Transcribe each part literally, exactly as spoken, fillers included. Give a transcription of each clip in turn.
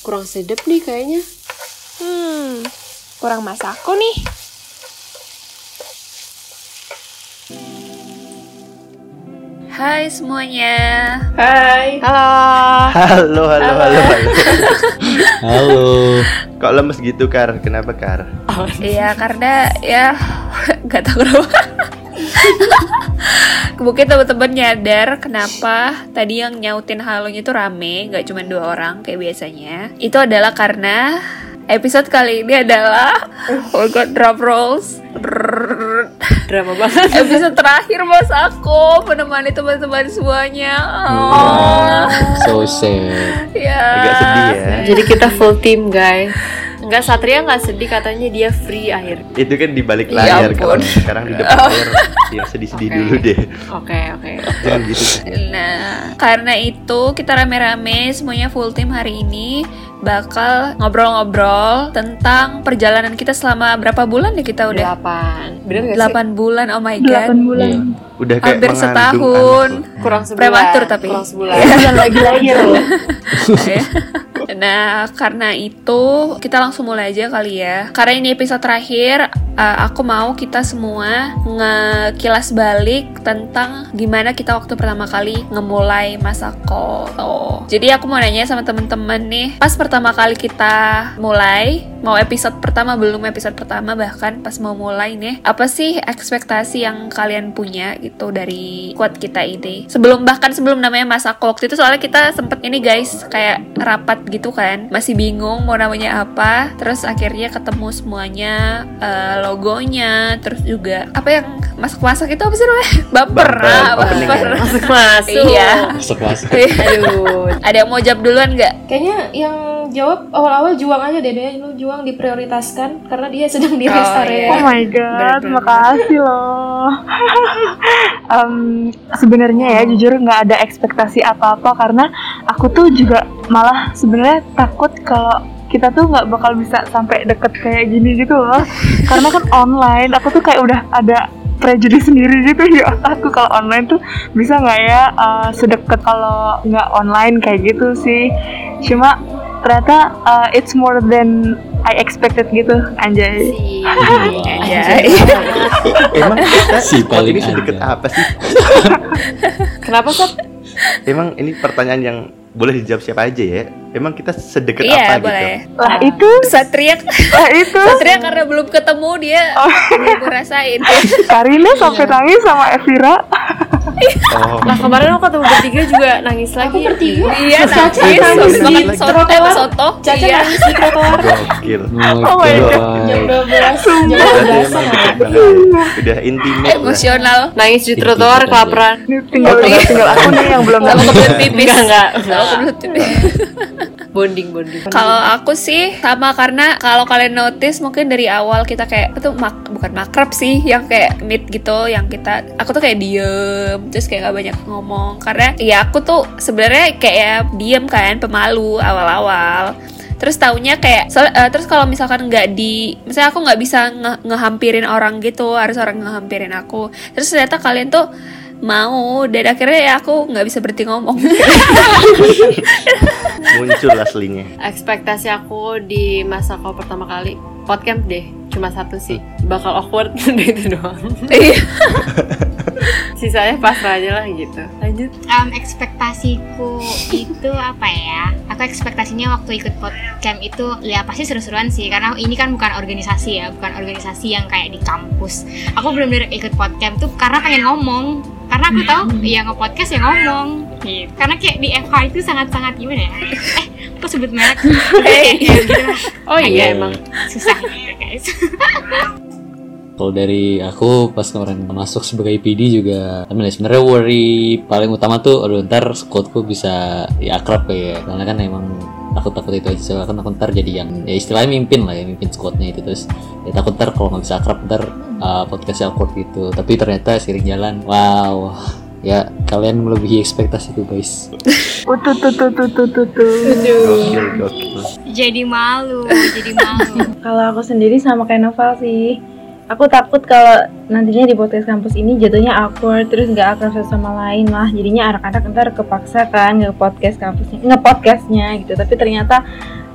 kurang sedap nih kayaknya. Hmm, kurang masako nih. Hai semuanya. Hai. Halo. Halo, halo, halo, halo. Halo. Kok lemes gitu, Kar? Kenapa, Kar? Oh, iya, karena ya nggak tahu kenapa. Mungkin teman-teman nyadar kenapa tadi yang nyautin halonya itu rame, nggak cuma dua orang kayak biasanya. Itu adalah karena episode kali ini adalah oh god, drum rolls. Drama banget. Episode terakhir bos aku menemani teman-teman semuanya. Oh, So sad. ya. Agak sedih ya. Jadi kita full team, guys. Enggak, Satria enggak sedih, katanya dia free akhir. Itu kan di balik Ya layar. Kalau ampun. sekarang di depan layar, yang sedih-sedih Oke. dulu deh. Oke, oke. Jangan gitu. Nah, karena itu kita rame-rame semuanya full team hari ini bakal ngobrol-ngobrol tentang perjalanan kita selama berapa bulan ya kita udah? Delapan. Bener enggak sih? delapan bulan, oh my god. delapan bulan. Udah kayak Hampir mengandung setahun. anak. Kurang sebulan. Prematur tapi. Kurang sebulan. Bulan lagi lahir loh. Nah, karena itu kita langsung mulai aja kali ya. Karena ini episode terakhir, uh, aku mau kita semua ngekilas balik tentang gimana kita waktu pertama kali ngemulai Masako. Oh. Jadi aku mau nanya sama temen-temen nih, pas pertama kali kita mulai, mau episode pertama belum episode pertama bahkan pas mau mulai nih, apa sih ekspektasi yang kalian punya gitu dari quote kita ini? Sebelum bahkan sebelum namanya Masako waktu itu, soalnya kita sempet ini guys kayak rapat gitu kan, masih bingung mau namanya apa, terus akhirnya ketemu semuanya, uh, logonya, terus juga apa yang masak-masak itu apa sih namanya? Baper, Bumper, ah, opening bumper. ya. Masuk-masuk. Iya. Masuk-masuk. Aduh. Ada yang mau jawab duluan nggak? Kayaknya yang jawab awal-awal Juang aja deh, deh. Lu Juang diprioritaskan karena dia sedang di rest Oh, area. iya. Oh my god, Bener-bener. makasih loh. um, Sebenarnya ya jujur nggak ada ekspektasi apa-apa karena aku tuh juga malah sebenarnya takut kalau kita tuh nggak bakal bisa sampai deket kayak gini gitu loh. Karena kan online, aku tuh kayak udah ada prejudice sendiri gitu di otakku kalau online tuh bisa nggak ya uh, sedekat kalau nggak online kayak gitu sih. Cuma ternyata uh, it's more than I expected gitu, anjay. Anjay. Emang kita Si quote paling ini sedekat ada. apa sih? Kenapa, Sat? Emang ini pertanyaan yang boleh dijawab siapa aja ya? Emang kita sedekat Iya, apa boleh. gitu? Lah itu, Satria, lah itu. Satria karena belum ketemu dia belum ngerasain. Karina sampai nangis sama Evira. Oh, Lah kemarin aku ketemu bertiga juga nangis lagi. Aku bertiga. Iya, Caca nangis nangis habis di makan soto, eh, trotoar. soto. Caca Iya. nangis di trotoar gokil. Oh my jam dua belas. Jam dua Berarti belas. emang deket banget. Udah intimate lah. Emosional. Nangis di trotoar kelaparan. Ini tinggal tinggal, tinggal aku nih yang belum Sama nangis. kebelet pipis. Enggak, enggak. Sama kebelet pipis. Bonding, bonding. Kalau aku sih sama, karena kalau kalian notice mungkin dari awal kita kayak itu mak bukan makrab sih, yang kayak meet gitu, yang kita aku tuh kayak diem terus kayak gak banyak ngomong karena ya aku tuh sebenarnya kayak diem kan, pemalu awal-awal. Terus taunya kayak so, uh, terus kalau misalkan nggak di, misalnya aku nggak bisa nge- ngehampirin orang gitu, harus orang ngehampirin aku. Terus ternyata kalian tuh mau, dan akhirnya ya aku nggak bisa berhenti ngomong. Muncul aslinya. Ekspektasi aku di masa kau pertama kali podcast deh, cuma satu sih, bakal awkward. Udah itu doang. Iya. Sisanya pasrah aja lah gitu. Lanjut. Um, ekspektasiku itu apa ya? Aku ekspektasinya waktu ikut podcast itu ya pasti seru-seruan sih, karena ini kan bukan organisasi ya, bukan organisasi yang kayak di kampus. Aku benar-benar ikut podcast tuh karena pengen ngomong, karena aku tahu ya nge-podcast ya ngomong gitu. Karena kayak di F H itu sangat-sangat gimana ya? Eh, aku sebut merek. Eh, gitu lah. Oh iya, Agak emang. susah gitu guys. Kalau dari aku pas kemarin masuk sebagai P D juga, I mean, sebenarnya worry paling utama tuh, aduh ntar squadku bisa ya akrab kayak, karena kan emang takut-takut itu aja, soalnya kan aku ntar jadi yang ya istilahnya mimpin lah ya, mimpin squadnya itu. Terus ya takut ntar kalau nggak bisa akrab ntar uh, podcastnya awkward gitu. Tapi ternyata seiring jalan, wow, ya kalian melebihi ekspektasiku guys. Utuh tuh tuh tuh tuh tuh tuh. Gokil, gokil. Jadi malu, jadi malu. Kalau aku sendiri sama kayak Novel sih. Aku takut kalau nantinya di podcast kampus ini jatuhnya awkward, terus nggak akrab satu sama lain lah. Jadinya anak-anak ntar kepaksa kan nge-podcast kampusnya, nge-podcastnya gitu. Tapi ternyata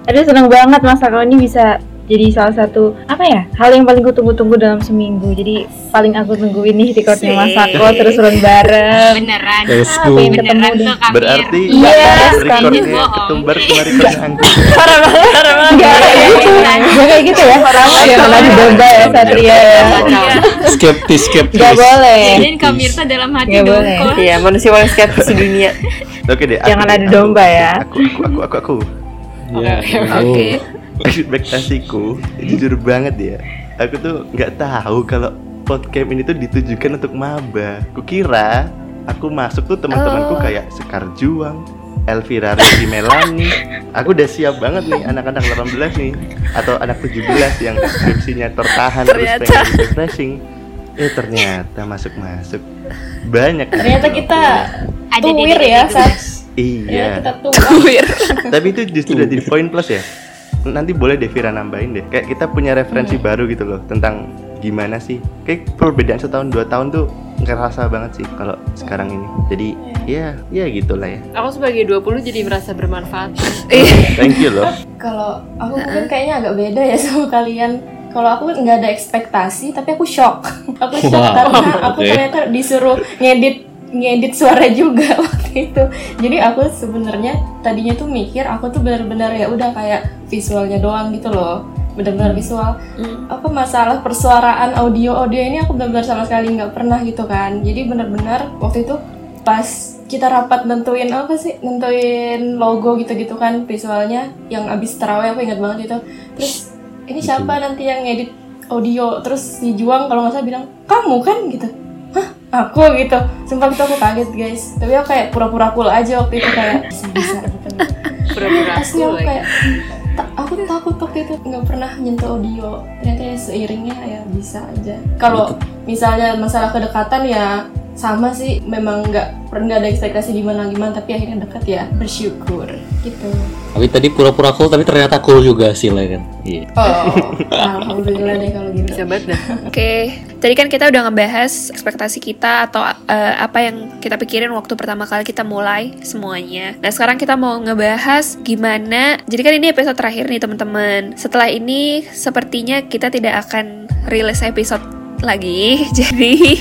Aduh seneng banget Mas Sako ini bisa jadi salah satu apa ya hal yang paling kutunggu-tunggu dalam seminggu. Jadi paling aku tungguin nih recordnya Mas Sako terus run bareng. Beneran. Let's Ah, go. pengen Ketemu beneran deh. tuh Kamir. Berarti Iya, recordnya bohong. ketumbar sama recordnya Anggi. Parah banget, parah banget. Enggak kayak gitu. Enggak kayak gitu ya. Orang jangan adu domba ya Satria ya. Skeptis, skeptis. Enggak boleh. Jadi Kamir tuh dalam hati Nggak dong. boleh. Iya, manusia paling skeptis di dunia. Oke deh. aku Jangan deh, adu aku. domba ya. Aku aku aku aku. aku. Ya, Oke. Ekspektasiku jujur banget ya, aku tuh nggak tahu kalau podcast ini tuh ditujukan untuk maba. Kukira aku masuk tuh teman-temanku Oh. kayak Sekar Juang, Elvira Resi Melani. Aku udah siap banget nih anak-anak delapan belas nih atau anak tujuh belas yang skripsinya tertahan terus Ternyata. pengen refreshing. Eh ternyata masuk-masuk banyak. Ternyata kita Ada tuwir dede-dede ya, gitu, Sat. guys. Iya. Kita tuwir. Tapi itu justru udah jadi poin plus ya. Nanti boleh deh Vira nambahin deh. Kayak kita punya referensi Hmm. baru gitu loh tentang gimana sih. Kayak perbedaan setahun dua tahun tuh ngerasa banget sih kalau sekarang ini. Jadi ya ya gitulah ya. Aku sebagai dua puluh jadi merasa bermanfaat. Thank you loh. Kalau aku mungkin kayaknya agak beda ya sama kalian. Kalau aku nggak ada ekspektasi, tapi aku shock. Aku shock Wow, karena aku oke. ternyata disuruh ngedit ngedit suara juga waktu itu. Jadi aku sebenarnya tadinya tuh mikir aku tuh benar-benar ya udah kayak visualnya doang gitu loh, benar-benar visual. Apa masalah persuaraan audio audio ini aku benar-benar sama sekali nggak pernah gitu kan. Jadi benar-benar waktu itu pas kita rapat nentuin apa sih, nentuin logo gitu-gitu kan visualnya yang abis terawih aku ingat banget itu. Terus ini siapa nanti yang ngedit audio, terus si Juang kalau nggak salah bilang kamu kan gitu. Hah, aku gitu. Sumpah itu aku kaget guys. Tapi aku kayak pura-pura cool aja waktu itu kayak bisa-bisa gitu. Pura-pura Asli cool aku lagi. kayak ta- aku takut waktu itu nggak pernah nyentuh audio. Ternyata ya seiringnya ya bisa aja. Kalau misalnya masalah kedekatan ya sama sih, memang nggak pernah ada ekspektasi gimana gimana, tapi akhirnya dekat ya, bersyukur gitu. Tapi tadi pura-pura cool tapi ternyata cool juga sih lah kan. Iya. Oh, alhamdulillah deh kalau gitu. Bisa banget dah. Oke, tadi kan kita udah ngebahas ekspektasi kita atau eh, apa yang kita pikirin waktu pertama kali kita mulai semuanya. Nah sekarang kita mau ngebahas gimana. Jadi kan ini episode terakhir nih teman-teman. Setelah ini sepertinya kita tidak akan rilis episode lagi. Jadi,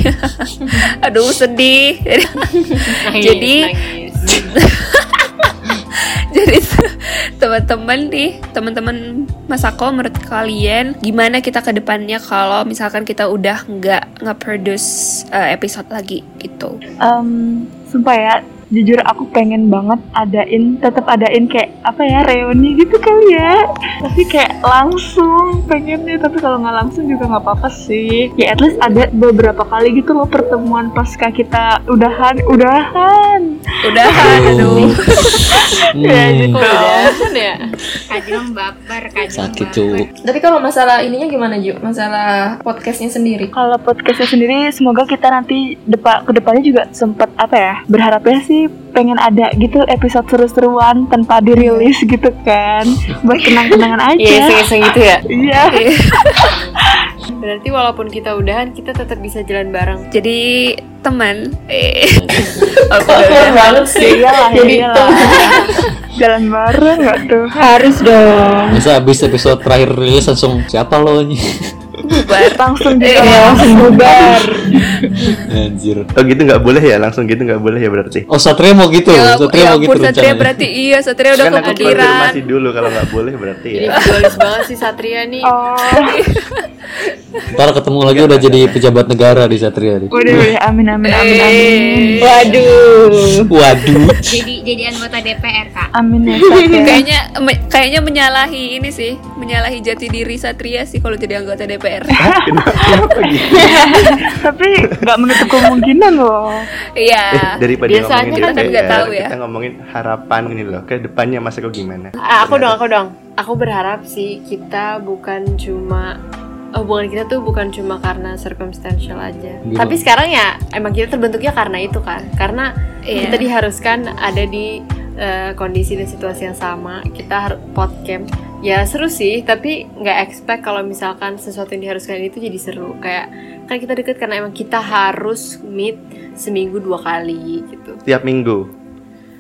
aduh sedih. Nangis, Jadi- nangis. Jadi teman-teman nih, teman-teman Mas Sako, menurut kalian gimana kita ke depannya kalau misalkan kita udah nggak nge-produce uh, episode lagi gitu? Em, sumpah ya, jujur aku pengen banget adain, tetap adain kayak apa ya, reuni gitu kali ya. Tapi kayak langsung pengennya, tapi kalau nggak langsung juga nggak apa-apa sih. Ya at least ada beberapa kali gitu loh pertemuan pasca kita udahan, udahan. Udahan, aduh. Ya, Hmm, gitu. Udahan ya. Kajong baper, kajong sakit baper. cuy. Tapi kalau masalah ininya gimana Ju? Masalah podcastnya sendiri? Kalau podcastnya sendiri, semoga kita nanti depan kedepannya juga sempet apa ya, berharapnya sih pengen ada gitu episode seru-seruan tanpa dirilis gitu kan, buat kenang-kenangan aja. Iya, iseng-iseng gitu ya. Iya. Berarti walaupun kita udahan, kita tetap bisa jalan bareng. Jadi teman, eh, aku Keren udah banget sih. Iyalah, Jadi iyalah. Jalan bareng nggak tuh? Harus dong. Masa abis episode terakhir rilis langsung siapa lo nih? bubar. Langsung juga Ya langsung bubar. Anjir. Oh gitu nggak boleh ya, langsung gitu nggak boleh ya berarti. Oh Satria mau gitu, Ya, Satria ya mau gitu ampun, Satria rencananya. berarti iya, Satria udah Kan aku kepikiran. konfirmasi dulu kalau nggak boleh berarti Jadi ya. idealis banget sih Satria nih. Oh, Ntar ketemu lagi udah jadi pejabat negara di Satria nih. udah udah, amin amin amin amin. Eh, Waduh. Waduh. Jadi jadi anggota D P R kak. Amin ya Sat ya. Kayaknya me- kayaknya menyalahi ini sih, menyalahi jati diri Satria sih kalau jadi anggota D P R. Kenapa gitu? Tapi nggak menutup kemungkinan loh. Eh, Iya. daripada Biasanya ngomongin kan D P R, nggak tahu ya. kita ngomongin harapan ini loh, ke depannya Mas Eko gimana? Ah, aku dong, aku dong. Aku berharap sih kita bukan cuma hubungan kita tuh bukan cuma karena circumstantial aja. Gimana? Tapi sekarang ya emang kita terbentuknya karena itu kan. Karena Iya. kita diharuskan ada di eh, kondisi dan situasi yang sama. Kita harus podcast. Ya seru sih, tapi nggak expect kalau misalkan sesuatu yang diharuskan itu jadi seru. Kayak kan kita deket karena emang kita harus meet seminggu dua kali gitu. Tiap minggu.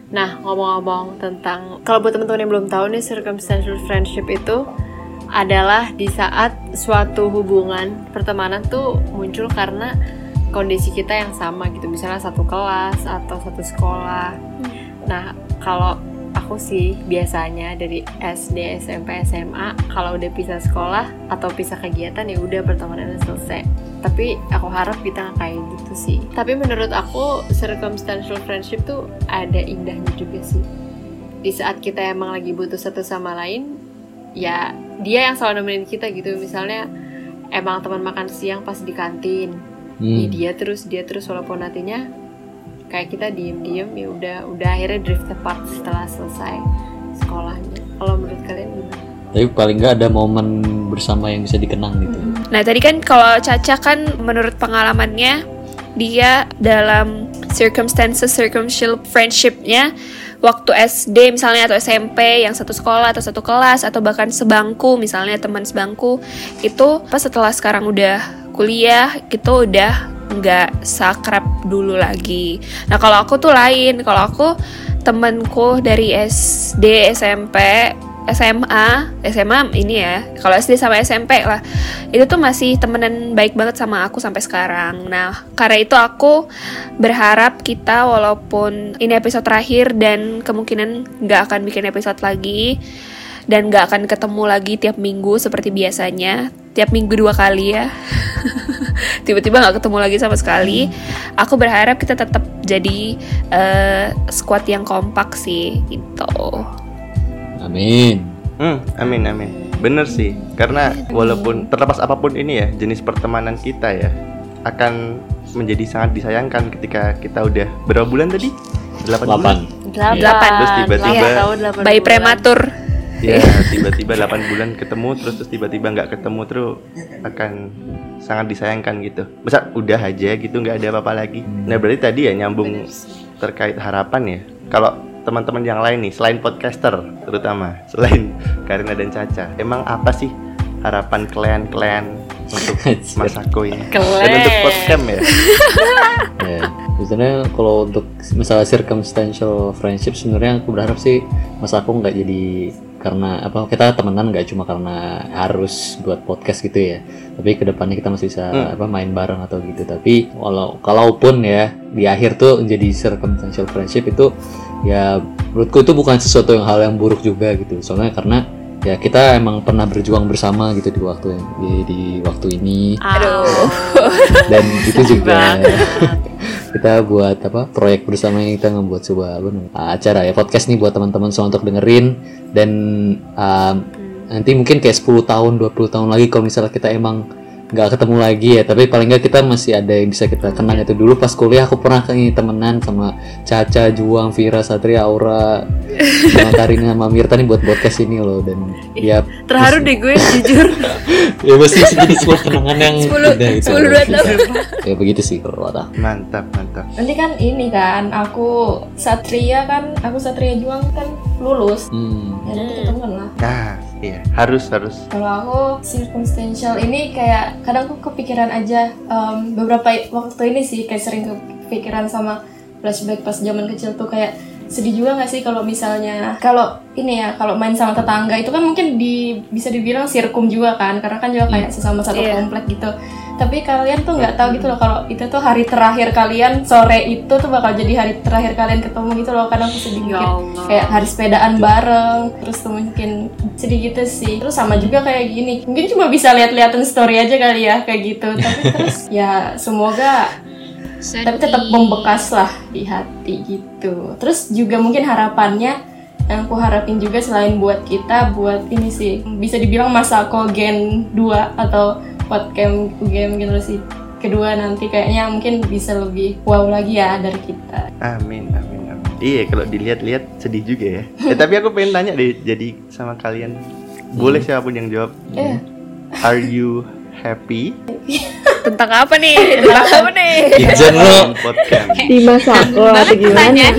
Nah, ngomong-ngomong tentang, kalau buat teman-teman yang belum tahu nih, circumstantial friendship itu adalah di saat suatu hubungan pertemanan tuh muncul karena kondisi kita yang sama gitu, misalnya satu kelas atau satu sekolah. Nah, kalau aku sih biasanya dari S D, S M P, S M A kalau udah pisah sekolah atau pisah kegiatan ya udah pertemanannya selesai. Tapi aku harap kita nggak kayak gitu sih. Tapi menurut aku circumstantial friendship tuh ada indahnya juga sih. Di saat kita emang lagi butuh satu sama lain, ya dia yang selalu nemenin kita gitu. Misalnya emang teman makan siang pas di kantin, hmm. ya dia terus dia terus walaupun nantinya kayak kita diem-diem ya udah udah akhirnya drift apart setelah selesai sekolahnya. Kalau menurut kalian gimana? Tapi paling nggak ada momen bersama yang bisa dikenang gitu. Nah tadi kan kalau Caca kan menurut pengalamannya dia dalam circumstances circumstantial friendship-nya waktu S D misalnya atau S M P yang satu sekolah atau satu kelas atau bahkan sebangku misalnya teman sebangku itu pas setelah sekarang udah kuliah gitu udah nggak sakrab dulu lagi. Nah kalau aku tuh lain, kalau aku temenku dari S D, S M P, S M A, S M A ini ya, kalau S D sama S M P lah, itu tuh masih temenan baik banget sama aku sampai sekarang. Nah, karena itu aku berharap kita walaupun ini episode terakhir dan kemungkinan nggak akan bikin episode lagi dan nggak akan ketemu lagi tiap minggu seperti biasanya, tiap minggu dua kali ya. Tiba-tiba nggak ketemu lagi sama sekali. Aku berharap kita tetap jadi uh, squad yang kompak sih, gitu. Amin. Hmm, amin amin. Bener sih, karena walaupun terlepas apapun ini ya jenis pertemanan kita ya akan menjadi sangat disayangkan ketika kita udah berapa bulan tadi? delapan bulan. delapan. Terus tiba-tiba bayi prematur. Ya, tiba-tiba delapan bulan ketemu terus terus tiba-tiba nggak ketemu terus akan sangat disayangkan gitu. Masa udah aja gitu nggak ada apa-apa lagi. Nah berarti tadi ya nyambung terkait harapan ya. Kalau teman-teman yang lain nih selain podcaster terutama selain Karina dan Caca, emang apa sih harapan kalian-kalian untuk Masako ini dan untuk podcast ya? Ya, misalnya kalau untuk masalah circumstantial friendship sebenarnya aku berharap sih Masako nggak jadi karena apa kita temenan nggak cuma karena harus buat podcast gitu ya, tapi kedepannya kita masih bisa hmm. apa main bareng atau gitu. Tapi walau kalaupun ya di akhir tuh menjadi circumstantial friendship itu ya menurutku itu bukan sesuatu yang hal yang buruk juga gitu, soalnya karena ya kita emang pernah berjuang bersama gitu di waktu di, di waktu ini. Aduh. Dan itu juga kita buat apa proyek bersama yang kita ngebuat sebuah apa, acara ya podcast nih buat teman-teman semua untuk dengerin. Dan um, nanti mungkin kayak sepuluh tahun dua puluh tahun lagi kalau misalnya kita emang nggak ketemu lagi ya, tapi paling nggak kita masih ada yang bisa kita kenang. Itu dulu pas kuliah aku pernah kayak temenan sama Caca, Juang, Vira, Satria, Aura, sama Karina, sama Mirta nih buat podcast ini loh. Dan ya terharu deh gue jujur. Ya pasti jadi sebuah kenangan yang sepuluh gitu. sepuluh dua tahun. Ya begitu sih kalau kata. Mantap mantap. Nanti kan ini kan aku Satria kan, aku Satria Juang kan lulus. Hmm. Ya nanti ketemuan lah. Nah, iya harus harus. Kalau aku circumstantial ini kayak kadang aku kepikiran aja um, beberapa waktu ini sih kayak sering kepikiran sama flashback pas zaman kecil tuh kayak sedih juga nggak sih kalau misalnya kalau ini ya kalau main sama tetangga itu kan mungkin di bisa dibilang sirkum juga kan karena kan juga kayak sesama satu yeah. komplek gitu. Tapi kalian tuh nggak tahu gitu loh kalau itu tuh hari terakhir kalian sore itu tuh bakal jadi hari terakhir kalian ketemu gitu loh. Kadang aku sedih mungkin kayak hari sepedaan bareng terus tuh mungkin sedih gitu sih. Terus sama juga kayak gini mungkin cuma bisa lihat-lihatan story aja kali ya kayak gitu. Tapi terus ya semoga sedih. Tapi tetap membekas lah di hati gitu. Terus juga mungkin harapannya yang aku harapin juga selain buat kita buat ini sih bisa dibilang Masako Gen dua atau podcast game generasi kedua nanti kayaknya mungkin bisa lebih wow lagi ya dari kita. Amin amin amin. Iya kalau dilihat-lihat sedih juga ya. eh, tapi aku pengen tanya deh jadi sama kalian. Boleh siapapun yang jawab. Yeah. Are you happy? Tentang apa nih? Tentang apa nih? Ijen lo podcast. Di Masako atau gimana?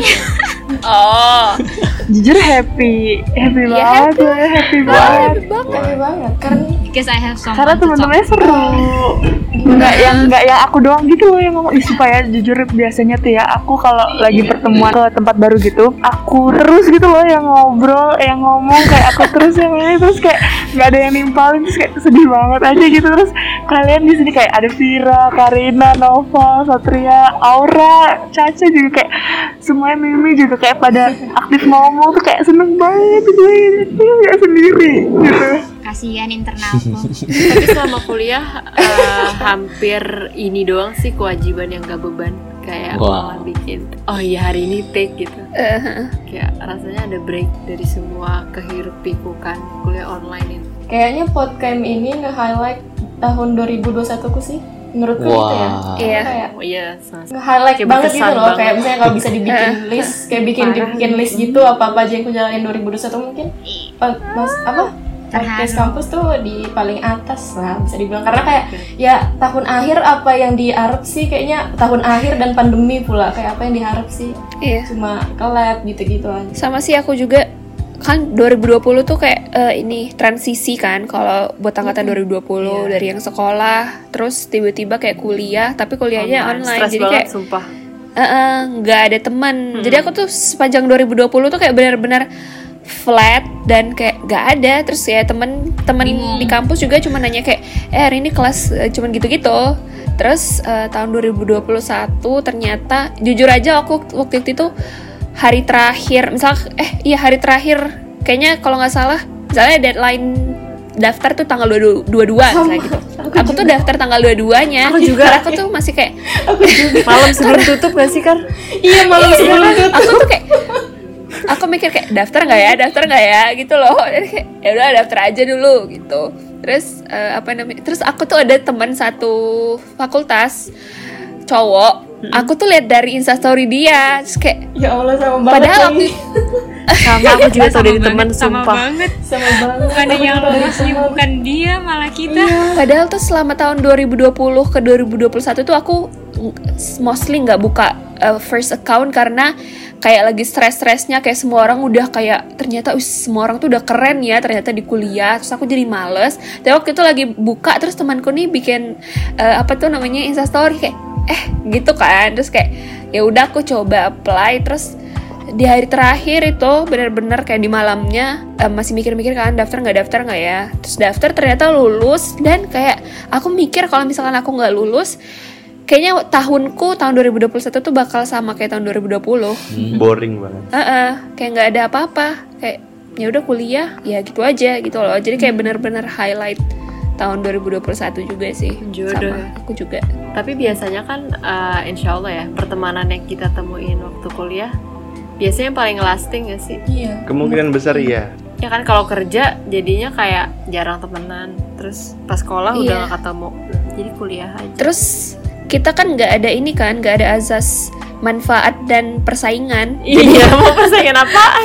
Oh. Jujur happy, happy Ya, banget, gue happy banget. Happy banget. Happy banget karena because I have someone Karena to talk temen-temennya to. seru. Nggak yang nggak yang aku doang gitu loh yang ngomong. Ih, supaya jujur biasanya tuh ya aku kalau lagi pertemuan ke tempat baru gitu, aku terus gitu loh yang ngobrol, yang ngomong kayak aku terus yang ini terus kayak nggak ada yang nimpalin, terus kayak sedih banget aja gitu. Terus kalian di sini kayak ada Vira, Karina, Nova, Satria, Aura, Caca juga kayak semuanya, Mimi juga kayak pada aktif ngomong tuh kayak seneng banget gue nggak sendiri gitu. Kasihan internalku. Tapi selama kuliah uh, hampir ini doang sih kewajiban yang gak beban. Kayak Wow. malah bikin, oh iya hari ini take gitu. Uh, Kayak rasanya ada break dari semua kehirup pikukan kuliah online itu. Kayaknya podcast ini nge-highlight tahun dua ribu dua puluh satu ku sih. Menurutku Wah. gitu ya. Iya. Kayak Oh iya, sangat. nge-highlight Kayak banget berkesan gitu loh. banget. Kayak misalnya kalau bisa dibikin list, kayak bikin Parah. dibikin list gitu apa-apa aja yang ku jalanin dua ribu dua puluh satu mungkin. Pa- Mas apa? Podcast Terharu. kampus tuh di paling atas lah bisa dibilang, karena kayak ya tahun akhir apa yang diharap sih, kayaknya tahun akhir dan pandemi pula, kayak apa yang diharap sih iya. cuma ke lab gitu-gitu aja. Sama sih aku juga kan dua ribu dua puluh tuh kayak eh, ini transisi kan kalau buat angkatan dua ribu dua puluh Iya. dari yang sekolah terus tiba-tiba kayak kuliah tapi kuliahnya online, Stres jadi banget kayak sumpah. eh, eh, nggak ada teman. Hmm. Jadi aku tuh sepanjang dua ribu dua puluh tuh kayak benar-benar flat dan kayak nggak ada. Terus ya temen-temen Bingung. di kampus juga cuma nanya kayak eh hari ini kelas eh, cuman gitu-gitu. Terus eh, tahun dua ribu dua puluh satu ternyata jujur aja aku waktu itu hari terakhir misal eh iya hari terakhir kayaknya kalau nggak salah misalnya deadline daftar tuh tanggal dua puluh dua misalnya gitu. Aku tuh daftar tanggal dua puluh dua-nya. Aku juga. Karena aku tuh masih kayak Malam sebelum tutup gak sih, Kar? Iya malam sebelum kan, tutup. aku tuh kayak aku mikir kayak daftar nggak ya daftar nggak ya gitu loh. Jadi kayak ya udah daftar aja dulu gitu. Terus eh, apa namanya terus aku tuh ada teman satu fakultas cowok. Aku tuh lihat dari instastory dia terus kayak Ya Allah sama banget. padahal lagi. waktu Sama aku juga tau dari teman, sama sumpah. banget. Sama banget. Bukan yang Sama lolos banget. bukan dia, malah kita. padahal tuh selama tahun dua ribu dua puluh ke dua ribu dua puluh satu tuh aku mostly nggak buka uh, first account karena kayak lagi stres-stresnya kayak semua orang udah kayak ternyata us, semua orang tuh udah keren ya ternyata di kuliah, terus aku jadi males. Tapi waktu itu lagi buka terus temanku nih bikin uh, apa tuh namanya instastory kayak eh gitu kan, terus kayak ya udah aku coba apply. Terus di hari terakhir itu benar-benar kayak di malamnya uh, masih mikir-mikir kan daftar nggak daftar nggak ya, terus daftar ternyata lulus. Dan kayak aku mikir kalau misalkan aku nggak lulus kayaknya tahunku tahun dua ribu dua puluh satu tuh bakal sama kayak tahun dua ribu dua puluh. Boring banget. Heeh, kayak nggak ada apa-apa, kayak ya udah kuliah ya gitu aja gitu loh. Jadi kayak benar-benar highlight tahun dua ribu dua puluh satu juga sih. Jodoh. Sama aku juga. Tapi biasanya kan uh, insya Allah ya pertemanan yang kita temuin waktu kuliah biasanya yang paling lasting gak sih? Iya. Kemungkinan besar iya. Ya kan kalau kerja jadinya kayak jarang temenan. Terus pas sekolah udah Iya. gak ketemu. Jadi kuliah aja. Terus kita kan nggak ada ini kan, nggak ada azas manfaat dan persaingan. Iya, mau persaingan apaan?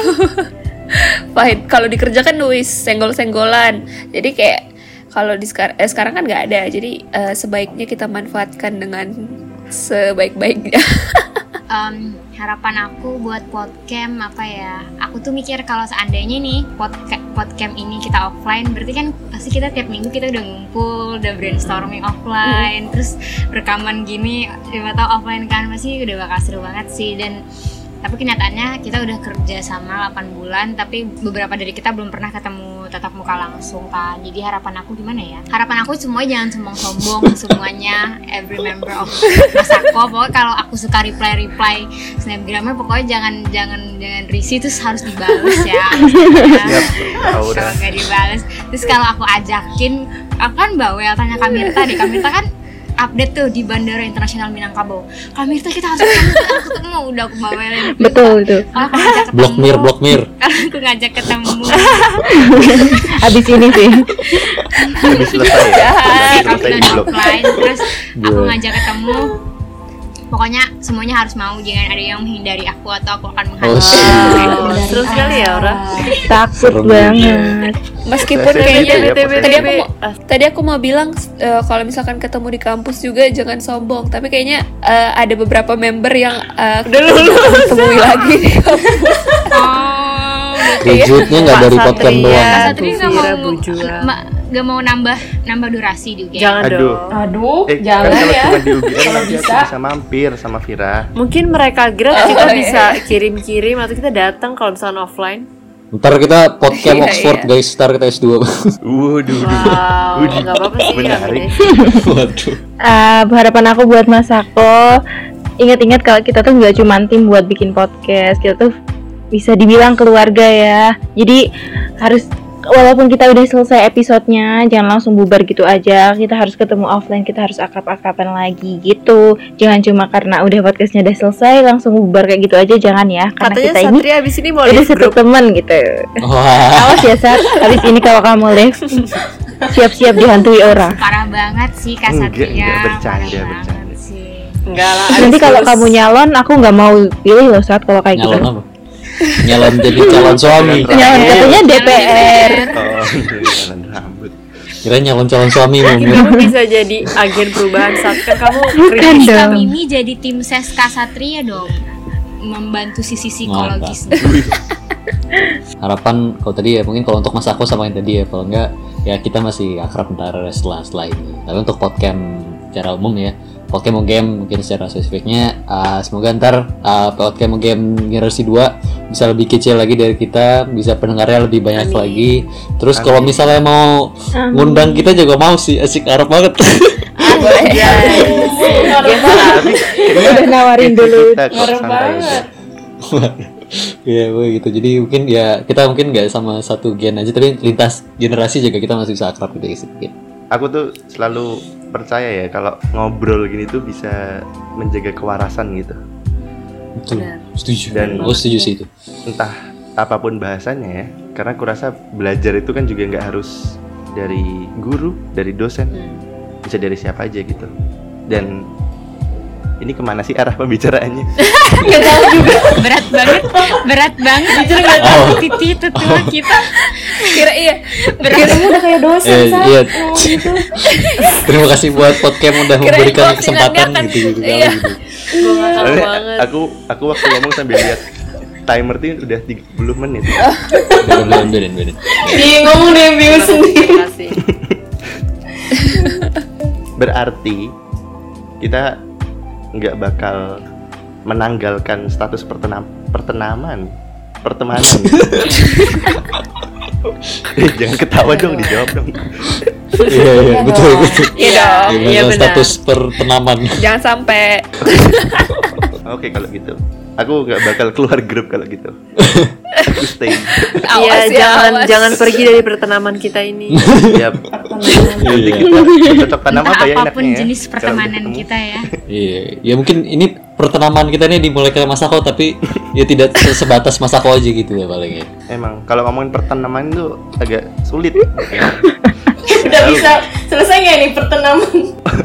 Fine, kalau dikerjakan nulis senggol-senggolan. Jadi kayak kalau di sekar- eh, sekarang kan nggak ada. Jadi eh, sebaiknya kita manfaatkan dengan sebaik-baiknya. Em, harapan aku buat podcast apa ya? Aku tuh mikir kalau seandainya nih podcast podcast ini kita offline, berarti kan pasti kita tiap minggu kita udah ngumpul, udah brainstorming offline, terus rekaman gini, siapa tahu offline kan pasti udah bakal seru banget sih. Dan tapi kenyataannya kita udah kerja sama delapan bulan, tapi beberapa dari kita belum pernah ketemu tatap muka langsung kan. Jadi harapan aku gimana ya? Harapan aku semuanya jangan sombong-sombong semuanya, every member of Masako. Pokoknya kalau aku suka reply-reply snapgramnya, pokoknya jangan jangan jangan risih, terus harus dibalas ya. Siap, Aura. Kalau nggak dibalas, terus kalau aku ajakin, aku kan bawel tanya Kamirta deh. Kamirta kan update tuh di Bandara Internasional Minangkabau. Kamirta kita harus ketemu, kita harus ketemu. Udah aku bawelin. Betul itu. Kalau aku ngajak ketemu, Blok mir, blok mir. kalau aku ngajak ketemu, Habis ini sih. Habis selesai ya. Habis kalau selesai kita di udah blok. offline, terus aku Blok. ngajak ketemu. Pokoknya semuanya harus mau, jangan ada yang menghindari aku atau aku akan Oh, menghindari. shit. Oh, seru sekali ya, Aura. Takut Serem banget. Meskipun Saya kayaknya sendiri ya, T B, tadi aku T B. mau tadi aku mau bilang eh, kalau misalkan ketemu di kampus juga jangan sombong. Tapi kayaknya eh, ada beberapa member yang eh, Udah lulus. temui lagi di kampus. Oh, berarti Wujudnya nggak dari podcast doang. Kak Satria Bu nggak Fira, mau Bu Jua. ma- nggak mau nambah nambah durasi juga. Jangan Aduh. dong. Aduh, Eh, jangan kan kalau ya. cuma di U G M Kalau nanti aku bisa. bisa mampir sama Vira. Mungkin mereka grad Oh, kita iya. bisa kirim-kirim atau kita datang kalau misalnya offline. Ntar kita podcast Iya, Oxford iya. guys, ntar kita S dua. Waduh. Wow, Waduh. nggak apa-apa sih. Menarik. Waduh. Uh, harapan aku buat Mas Sako, ingat-ingat kalau kita tuh nggak cuma tim buat bikin podcast, kita tuh bisa dibilang keluarga ya. Jadi harus, walaupun kita udah selesai episodenya, jangan langsung bubar gitu aja. Kita harus ketemu offline, kita harus akrab-akraban lagi gitu. Jangan cuma karena udah podcastnya udah selesai langsung bubar kayak gitu aja, jangan ya. Karena Katanya kita ini Satria abis ini mau udah live satu group. teman gitu. Wah. Awas ya Sat, habis ini kalau kamu live siap-siap dihantui orang. Parah banget sih Kak Enggak, Satria. enggak, bercanda, Parah bercanda. banget sih. Enggak lah. Nanti abis kalau lulus. kamu nyalon, aku nggak mau pilih loh Sat kalau kayak Nyalon gitu. apa? Nyalon jadi calon suami. Nyalon katanya D P R. Oh, jalan rambut. Kira nyalon calon suami mau Mir. Kamu bisa jadi agen perubahan saat kan kamu Bukan kritis. dong. Kami ini jadi tim ses Kak Satria dong, membantu sisi psikologisnya. Harapan kalau tadi ya mungkin kalau untuk Mas Ako sama yang tadi ya, kalau enggak ya kita masih akrab ntar setelah setelah ini. Tapi untuk podcast secara umum ya, podcast mau game mungkin secara spesifiknya uh, semoga ntar uh, podcast mau game generasi dua bisa lebih kecil lagi dari kita, bisa pendengarnya lebih banyak Amin. lagi. Terus Amin. kalau misalnya mau Amin. ngundang kita juga mau sih, asik Arab banget. Boleh. Tapi Udah nawarin dulu. kita kok Ngeri santai banget. aja. Iya, yeah, gitu. Jadi mungkin ya kita mungkin nggak sama satu gen aja, tapi lintas generasi juga kita masih bisa akrab gitu ya sedikit. Aku tuh selalu percaya ya kalau ngobrol gini tuh bisa menjaga kewarasan gitu. Betul. Benar. Setuju. Dan- aku setuju sih itu. Entah apapun bahasanya ya, karena aku rasa belajar itu kan juga nggak harus dari guru, dari dosen, bisa dari siapa aja gitu. Dan ini kemana sih arah pembicaraannya? Berat banget, berat banget. Jujur nggak Oh. tahu titik itu tuh kita. Kira iya. Kamu udah kayak dosen, Eh, Sat. iya. Ngomong gitu. Terima kasih buat podcast udah Kirain memberikan closingannya kesempatan akan- gitu gitu. iya. gitu. Gue ngakak Soalnya banget. aku aku waktu ngomong sambil lihat timer tuh udah tiga puluh menit. Beden, beden, beden, beden. Dia ngomong dia bingung sendiri. Terima kasih. Berarti kita nggak bakal menanggalkan status pertenam pertenaman pertemanan gitu. Eh, jangan ketawa dong, dijawab dong. Iya, iya, betul, betul. Iya dong. Iya, Gimana benar. status pertenaman? Jangan sampai Oke kalau gitu, aku nggak bakal keluar grup kalau gitu. Aku stay. Iya, awas ya, jangan awas. jangan pergi dari pertemanan kita ini. Ya, nanti Iya. kita cocok tanam Entah apa ya apapun enaknya ya, jenis kalau pertemanan ketemu. kita ya. Iya, ya mungkin ini pertenaman kita nih dimulai ke Mas Ako, tapi ya tidak se- sebatas Mas Ako aja gitu ya paling ya. Emang kalau ngomongin pertemanan itu agak sulit. Udah bisa selesai nggak nih pertenaman?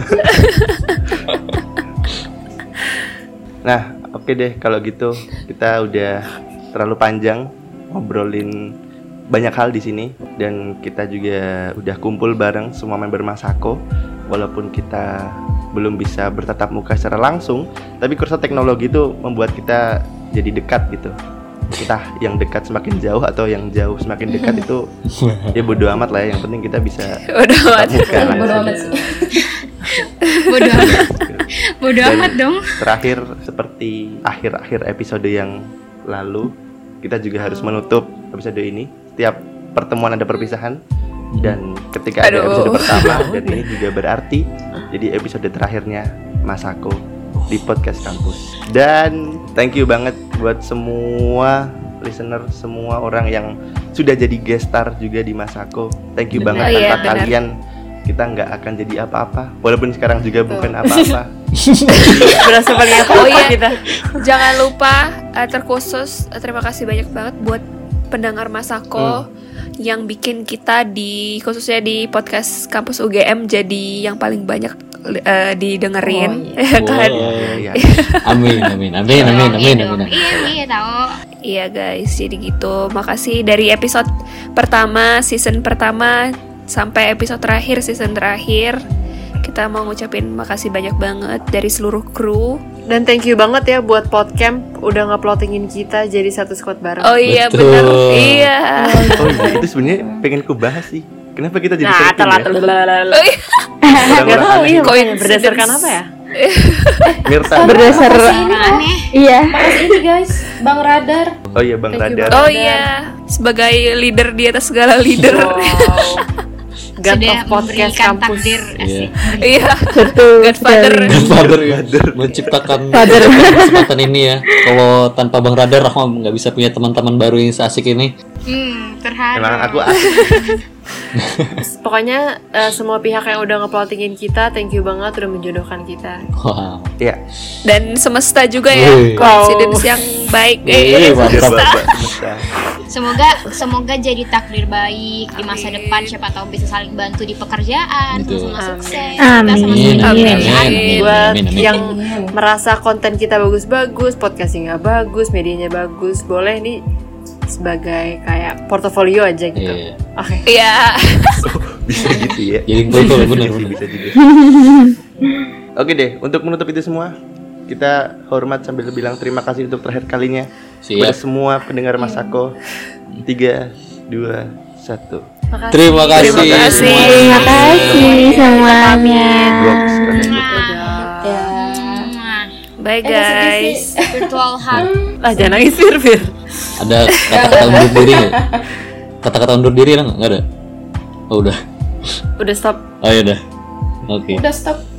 Nah, oke deh kalau gitu kita udah terlalu panjang ngobrolin banyak hal di sini dan kita juga udah kumpul bareng semua member Masako walaupun kita belum bisa bertatap muka secara langsung, tapi kursa teknologi itu membuat kita jadi dekat gitu. Entah yang dekat semakin jauh atau yang jauh semakin dekat itu ya bodo amat lah ya, yang penting kita bisa udah tatap muka Bodo langsung. amat sih. Bodoh amat. Bodoh Dan amat dong. terakhir seperti akhir-akhir episode yang lalu, kita juga harus menutup episode ini. Setiap pertemuan ada perpisahan, dan ketika ada Aduh. episode pertama dan ini juga berarti jadi episode terakhirnya Masako di podcast kampus. Dan thank you banget buat semua listener, semua orang yang sudah jadi guest star juga di Masako. Thank you Benar. banget, Oh iya, tanpa benar. kalian kita nggak akan jadi apa-apa. Walaupun sekarang juga bukan apa-apa. Berasa paling apa Oh iya. kita. Jangan lupa uh, terkhusus uh, terima kasih banyak banget buat pendengar Masako yang bikin kita di khususnya di podcast kampus U G M jadi yang paling banyak uh, didengerin. Oh, ya kan? Wow. Iya. Amin, amin, amin, amin, amin, Iya amin. dong. Iya, iya tahu. Iya guys, jadi gitu. Makasih dari episode pertama, season pertama sampai episode terakhir, season terakhir. Kita mau ngucapin makasih banyak banget dari seluruh kru Dan thank you banget ya buat Podcamp udah nge-plottingin kita jadi satu squad bareng. Oh iya Betul. benar. Iya. Oh iya, itu sebenarnya pengen ku bahas sih. Kenapa kita jadi Nah, satu tim telat. ya? Oh iya. Gak Orang-orang tahu aneh. iya, makanya Coincidence. berdasarkan apa ya? Mirta. Berdasar Aneh. iya. Makasih ini guys, Bang Radar. Oh iya Bang Thank you, Radar. Bang. Oh iya, sebagai leader di atas segala leader. Wow. God Sudah of Podcast memberikan Kampus. takdir Iya. Iya. Betul. Godfather. sekali. Father ya, menciptakan Father. kesempatan ini ya. Kalau tanpa Bang Radar, aku nggak bisa punya teman-teman baru yang seasik ini. Hmm, terharu. Emang aku asik. Pokoknya eh, semua pihak yang udah nge-plottingin kita, thank you banget udah menjodohkan kita. Wow. Iya. Dan semesta juga ya, Wih. coincidence yang baik. Wih, Eh, Biar mantap. babak semesta. Semoga semoga jadi takdir baik di masa depan, siapa tahu bisa saling bantu di pekerjaan, Betul. sama-sama sukses. Amin. Kita sama-sama Amin, jadi amin, amin. amin. Buat Amin, amin. yang merasa konten kita bagus-bagus, podcastnya nggak bagus, medianya bagus, boleh nih sebagai kayak portofolio aja gitu. Iya. Oke. Iya. Bisa gitu ya. Jadi betul benar Bisa, benar. bisa juga. Oke deh, untuk menutup itu semua, kita hormat sambil bilang terima kasih untuk terakhir kalinya kepada Siap. semua pendengar Masako. Tiga, dua, satu. Makasih. Terima kasih. Terima kasih. semuanya. Terima kasih semuanya. Box, katanya. Ya. Mwah. Bye Eh, sedih guys. sih. Virtual hug. Ah, jangan nangis, Fir, Fir. Ada kata-kata undur diri nggak? Kata-kata undur diri ada nggak? Nggak ada. Oh udah. Udah stop. Oh ya udah. Oke. Udah stop.